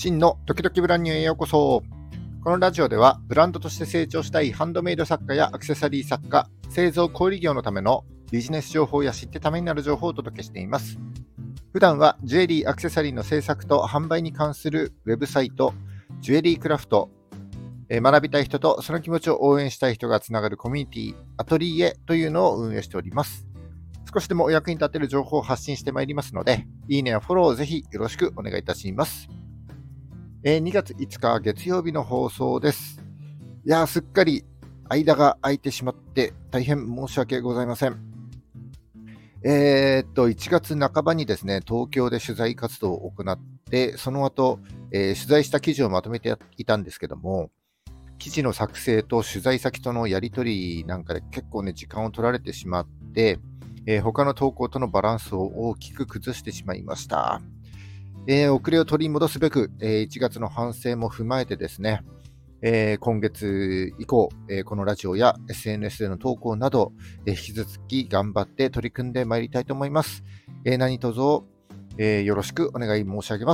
真のドキドキブランニューへようこそ。このラジオではブランドとして成長したいハンドメイド作家やアクセサリー作家、製造小売業のためのビジネス情報や知ってためになる情報をお届けしています。普段はジュエリーアクセサリーの制作と販売に関するウェブサイト、ジュエリークラフト、学びたい人とその気持ちを応援したい人がつながるコミュニティ、アトリエというのを運営しております。少しでもお役に立てる情報を発信してまいりますので、いいねやフォローをぜひよろしくお願いいたします。2月5日月曜日の放送です。いやー、すっかり間が空いてしまって大変申し訳ございません。1月半ばにですね、東京で取材活動を行って、その後、取材した記事をまとめていたんですけども、記事の作成と取材先とのやり取りなんかで結構ね、時間を取られてしまって、他の投稿とのバランスを大きく崩してしまいました。遅れを取り戻すべく、1月の反省も踏まえてですね、今月以降、このラジオや SNS での投稿など、引き続き頑張って取り組んでまいりたいと思います。何卒、よろしくお願い申し上げます。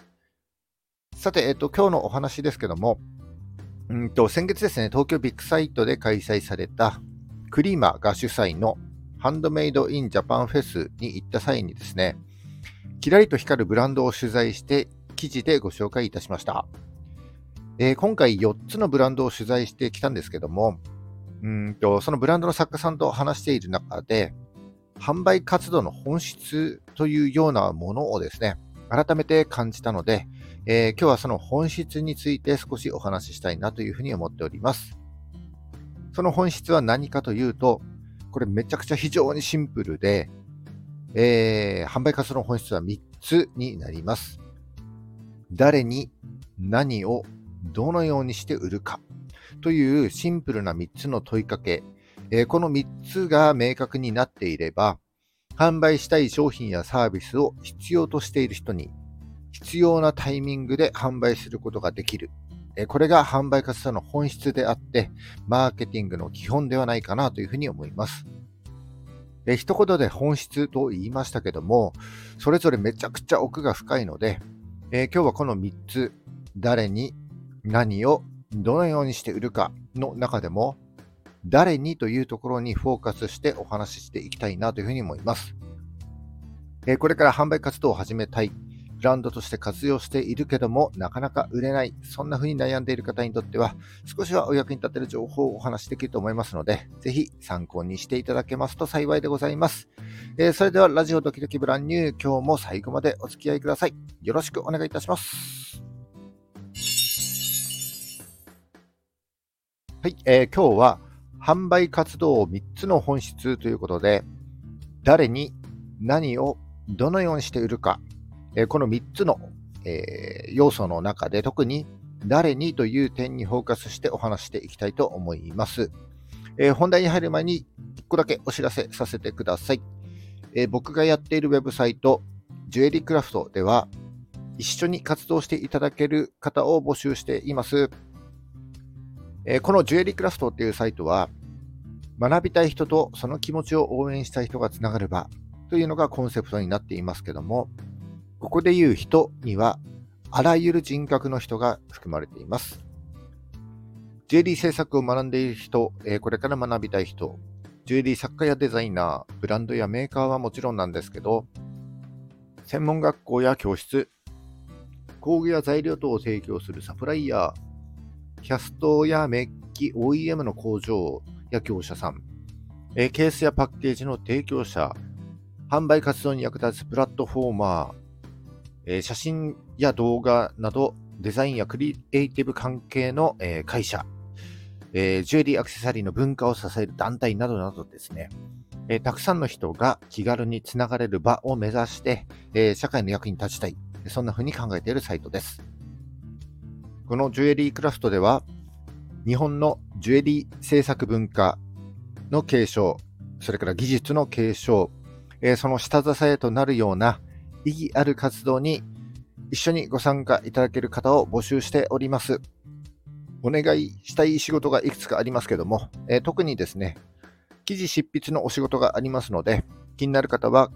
さて、今日のお話ですけども、先月ですね、東京ビッグサイトで開催されたクリーマが主催のハンドメイドインジャパンフェスに行った際にですね、キラリと光るブランドを取材して記事でご紹介いたしました。今回4つのブランドを取材してきたんですけども、そのブランドの作家さんと話している中で、販売活動の本質というようなものをですね、改めて感じたので、今日はその本質について少しお話ししたいなというふうに思っております。その本質は何かというと、これめちゃくちゃ非常にシンプルで、販売活動の本質は3つになります。誰に何をどのようにして売るかというシンプルな3つの問いかけ、この3つが明確になっていれば、販売したい商品やサービスを必要としている人に必要なタイミングで販売することができる。これが販売活動の本質であって、マーケティングの基本ではないかなというふうに思います。一言で本質と言いましたけども、それぞれめちゃくちゃ奥が深いので、今日はこの3つ、誰に何をどのようにして売るかの中でも、誰にというところにフォーカスしてお話ししていきたいなというふうに思います。これから販売活動を始めたい、ブランドとして活用しているけども、なかなか売れない、そんな風に悩んでいる方にとっては、少しはお役に立てる情報をお話しできると思いますので、ぜひ参考にしていただけますと幸いでございます。それではラジオドキドキブランニュー、今日も最後までお付き合いください。よろしくお願いいたします。はい、今日は販売活動3つの本質ということで、誰に何をどのようにして売るか、この3つの、要素の中で特に誰にという点にフォーカスしてお話していきたいと思います。本題に入る前に1個だけお知らせさせてください。僕がやっているウェブサイト、ジュエリークラフトでは一緒に活動していただける方を募集しています。このジュエリークラフトっていうサイトは、学びたい人とその気持ちを応援したい人がつながる場というのがコンセプトになっていますけども、ここで言う人には、あらゆる人格の人が含まれています。ジュエリー制作を学んでいる人、これから学びたい人、ジュエリー作家やデザイナー、ブランドやメーカーはもちろんなんですけど、専門学校や教室、工具や材料等を提供するサプライヤー、キャストやメッキ、OEM の工場や業者さん、ケースやパッケージの提供者、販売活動に役立つプラットフォーマー、写真や動画などデザインやクリエイティブ関係の、会社、ジュエリーアクセサリーの文化を支える団体などなどですね、たくさんの人が気軽につながれる場を目指して、社会の役に立ちたい、そんな風に考えているサイトです。このジュエリークラフトでは、日本のジュエリー制作文化の継承、それから技術の継承、その下支えとなるような意義ある活動に一緒にご参加いただける方を募集しております。お願いしたい仕事がいくつかありますけども、特にですね、記事執筆のお仕事がありますので、気になる方は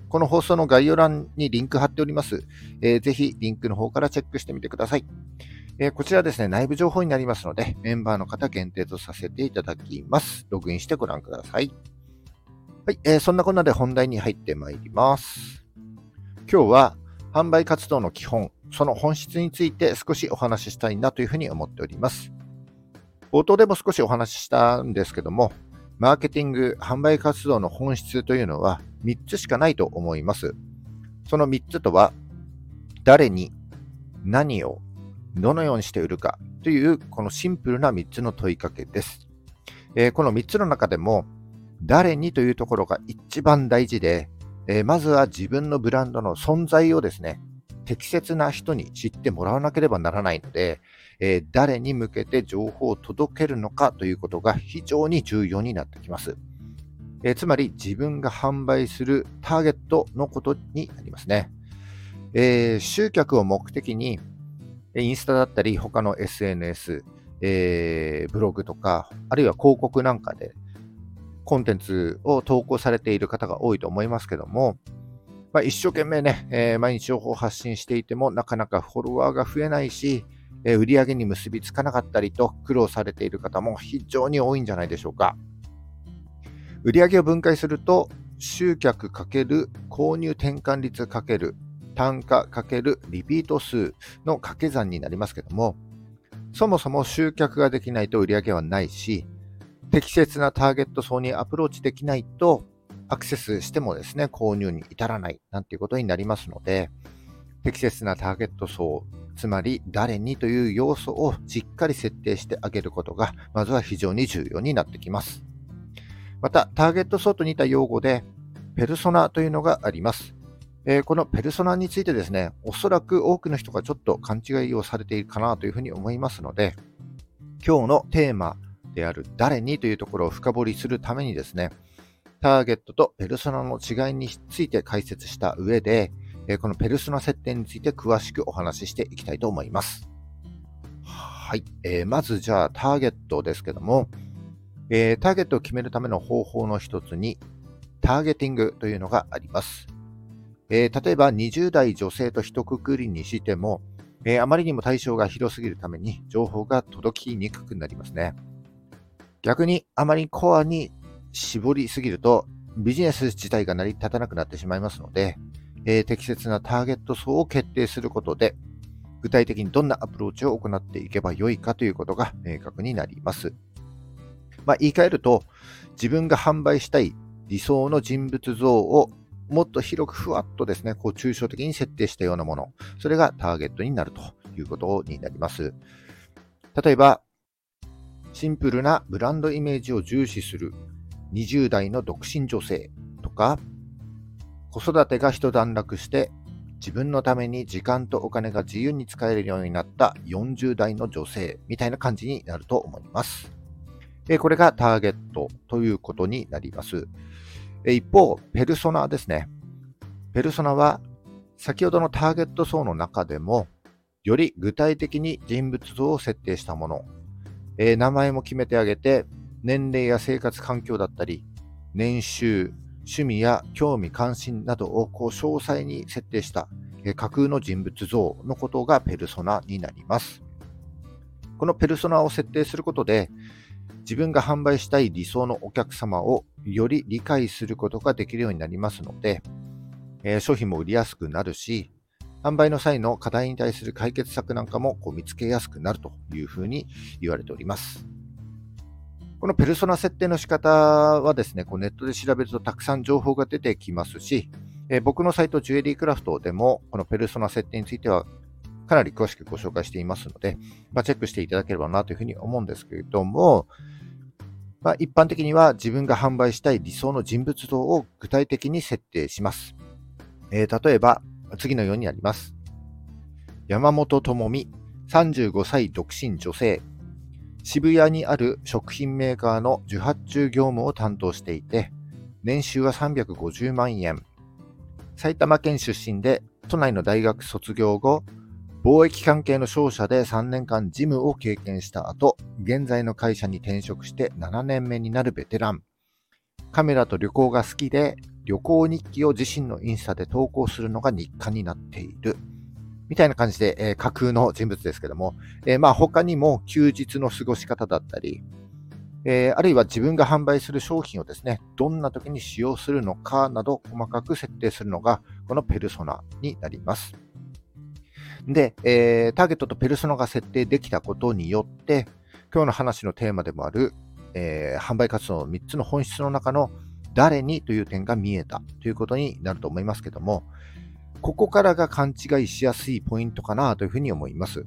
この放送の概要欄にリンク貼っております。ぜひリンクの方からチェックしてみてください。こちらですね、内部情報になりますので、メンバーの方限定とさせていただきます。ログインしてご覧ください。はい、そんなこんなで本題に入ってまいります。今日は販売活動の基本、その本質について少しお話ししたいなというふうに思っております。冒頭でも少しお話ししたんですけども、マーケティング、販売活動の本質というのは3つしかないと思います。その3つとは、誰に、何を、どのようにして売るかというこのシンプルな3つの問いかけです。この3つの中でも、誰にというところが一番大事で、まずは自分のブランドの存在をですね、適切な人に知ってもらわなければならないので、誰に向けて情報を届けるのかということが非常に重要になってきます。つまり自分が販売するターゲットのことになりますね。集客を目的にインスタだったり他の SNS、ブログとかあるいは広告なんかでコンテンツを投稿されている方が多いと思いますけども、一生懸命ね、毎日情報を発信していてもなかなかフォロワーが増えないし、売り上げに結びつかなかったりと苦労されている方も非常に多いんじゃないでしょうか。売り上げを分解すると、集客×購入転換率×単価×リピート数の掛け算になりますけども、そもそも集客ができないと売り上げはないし、適切なターゲット層にアプローチできないとアクセスしてもですね、購入に至らないなんていうことになりますので、適切なターゲット層、つまり誰にという要素をしっかり設定してあげることが、まずは非常に重要になってきます。また、ターゲット層と似た用語で、ペルソナというのがあります。このペルソナについてですね、おそらく多くの人がちょっと勘違いをされているかなというふうに思いますので、今日のテーマである誰にというところを深掘りするためにですね、ターゲットとペルソナの違いについて解説した上で、このペルソナ設定について詳しくお話ししていきたいと思います。はい。まずじゃあターゲットですけども、ターゲットを決めるための方法の一つに、ターゲティングというのがあります。例えば20代女性と一括りにしても、あまりにも対象が広すぎるために情報が届きにくくなりますね。逆にあまりコアに絞りすぎるとビジネス自体が成り立たなくなってしまいますので、適切なターゲット層を決定することで、具体的にどんなアプローチを行っていけばよいかということが明確になります。言い換えると、自分が販売したい理想の人物像をもっと広くふわっとですね、抽象的に設定したようなもの、それがターゲットになるということになります。例えば、シンプルなブランドイメージを重視する20代の独身女性とか、子育てが一段落して自分のために時間とお金が自由に使えるようになった40代の女性みたいな感じになると思います。これがターゲットということになります。一方、ペルソナですね。ペルソナは先ほどのターゲット層の中でもより具体的に人物像を設定したもの、名前も決めてあげて、年齢や生活環境だったり、年収、趣味や興味関心などを詳細に設定した架空の人物像のことがペルソナになります。このペルソナを設定することで、自分が販売したい理想のお客様をより理解することができるようになりますので、商品も売りやすくなるし、販売の際の課題に対する解決策なんかも見つけやすくなるというふうに言われております。このペルソナ設定の仕方はですね、ネットで調べるとたくさん情報が出てきますし、僕のサイトジュエリークラフトでもこのペルソナ設定についてはかなり詳しくご紹介していますので、チェックしていただければなというふうに思うんですけれども、一般的には自分が販売したい理想の人物像を具体的に設定します。例えば次のようになります。山本智美、35歳独身女性。渋谷にある食品メーカーの受発注業務を担当していて、年収は350万円。埼玉県出身で、都内の大学卒業後、貿易関係の商社で3年間事務を経験した後、現在の会社に転職して7年目になるベテラン。カメラと旅行が好きで、 旅行日記を自身のインスタで投稿するのが日課になっている。みたいな感じで、架空の人物ですけども、他にも休日の過ごし方だったり、あるいは自分が販売する商品をですね、どんな時に使用するのかなど細かく設定するのがこのペルソナになります。で、ターゲットとペルソナが設定できたことによって、今日の話のテーマでもある、販売活動の3つの本質の中の誰にという点が見えたということになると思いますけども、ここからが勘違いしやすいポイントかなというふうに思います。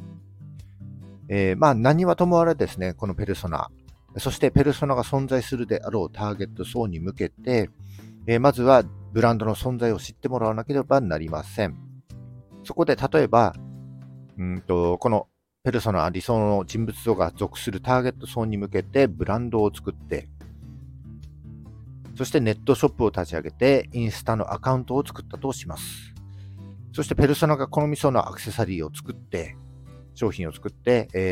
何はともあれですね、このペルソナ、そしてペルソナが存在するであろうターゲット層に向けて、まずはブランドの存在を知ってもらわなければなりません。そこで例えば、このペルソナ、理想の人物像が属するターゲット層に向けてブランドを作って、そしてネットショップを立ち上げて、インスタのアカウントを作ったとします。そしてペルソナが好みそうなアクセサリーを作って、商品を作って、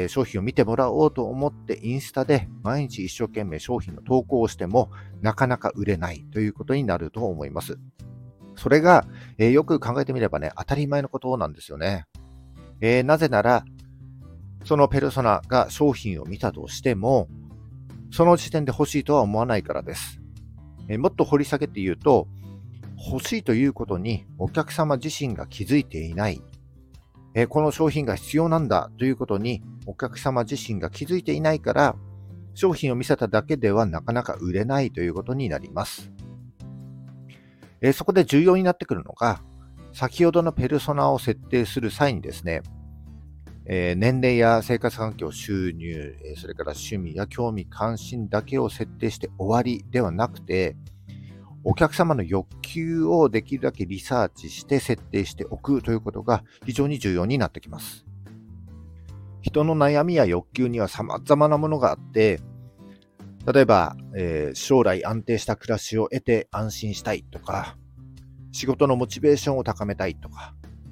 商品を見てもらおうと思ってインスタで毎日一生懸命商品の投稿をしてもなかなか売れないということになると思います。それが、よく考えてみればね、当たり前のことなんですよね。なぜなら、そのペルソナが商品を見たとしても、その時点で欲しいとは思わないからです。もっと掘り下げて言うと、欲しいということにお客様自身が気づいていない。この商品が必要なんだということにお客様自身が気づいていないから、商品を見せただけではなかなか売れないということになります。そこで重要になってくるのが、先ほどのペルソナを設定する際にですね、年齢や生活環境、収入、それから趣味や興味関心だけを設定して終わりではなくて、お客様の欲求をできるだけリサーチして設定しておくということが非常に重要になってきます。人の悩みや欲求には様々なものがあって、例えば、将来安定した暮らしを得て安心したいとか、仕事のモチベーションを高めたいとか、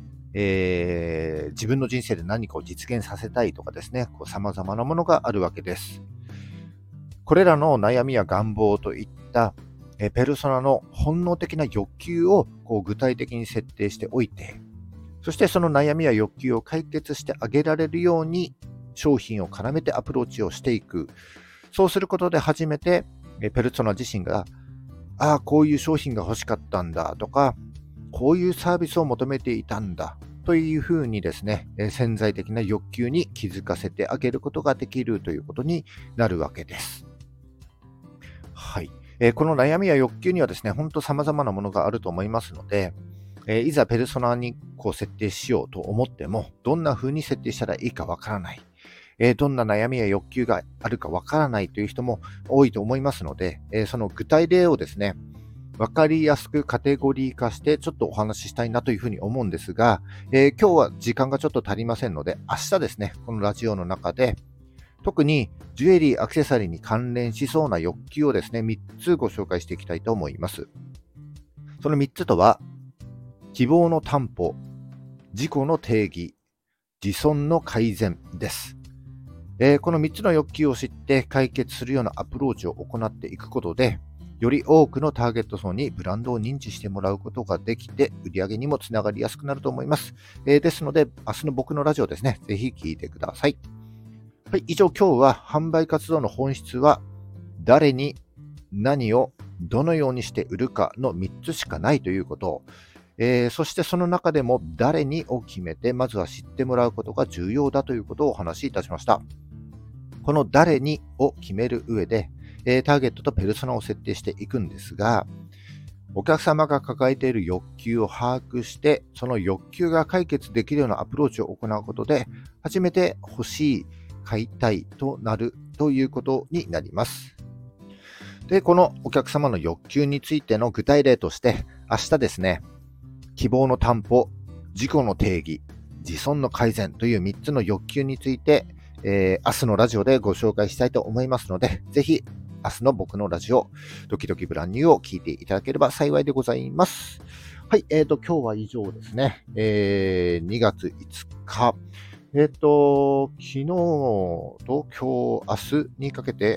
自分の人生で何かを実現させたいとかですね、様々なものがあるわけです。これらの悩みや願望といったペルソナの本能的な欲求を具体的に設定しておいて、そしてその悩みや欲求を解決してあげられるように商品を絡めてアプローチをしていく。そうすることで初めてペルソナ自身が、こういう商品が欲しかったんだとか、こういうサービスを求めていたんだというふうにですね、潜在的な欲求に気づかせてあげることができるということになるわけです。はい。この悩みや欲求にはですね、本当様々なものがあると思いますので、いざペルソナに設定しようと思っても、どんな風に設定したらいいかわからない。どんな悩みや欲求があるかわからないという人も多いと思いますので、その具体例をですね、わかりやすくカテゴリー化してちょっとお話ししたいなというふうに思うんですが、今日は時間がちょっと足りませんので、明日ですね、このラジオの中で、特にジュエリー、アクセサリーに関連しそうな欲求をですね、3つご紹介していきたいと思います。その3つとは、希望の担保、自己の定義、自尊の改善です。この3つの欲求を知って解決するようなアプローチを行っていくことで、より多くのターゲット層にブランドを認知してもらうことができて、売り上げにもつながりやすくなると思います。ですので、明日の僕のラジオですね、ぜひ聞いてください。はい、以上今日は販売活動の本質は誰に何をどのようにして売るかの3つしかないということを、そしてその中でも誰にを決めてまずは知ってもらうことが重要だということをお話しいたしました。この誰にを決める上で、ターゲットとペルソナを設定していくんですが、お客様が抱えている欲求を把握して、その欲求が解決できるようなアプローチを行うことで、初めて欲しい、買いたいとなるということになります。で、このお客様の欲求についての具体例として、明日ですね、希望の担保、自己の定義、自尊の改善という3つの欲求について、明日のラジオでご紹介したいと思いますので、ぜひ明日の僕のラジオ、ドキドキブランニューを聞いていただければ幸いでございます。はい、今日は以上ですね。2月5日。昨日と今日、明日にかけて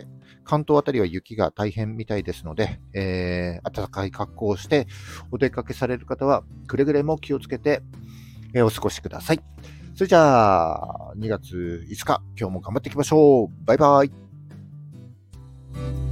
関東あたりは雪が大変みたいですので、暖かい格好をしてお出かけされる方はくれぐれも気をつけて、お過ごしください。それじゃあ2月5日今日も頑張っていきましょう。バイバイ。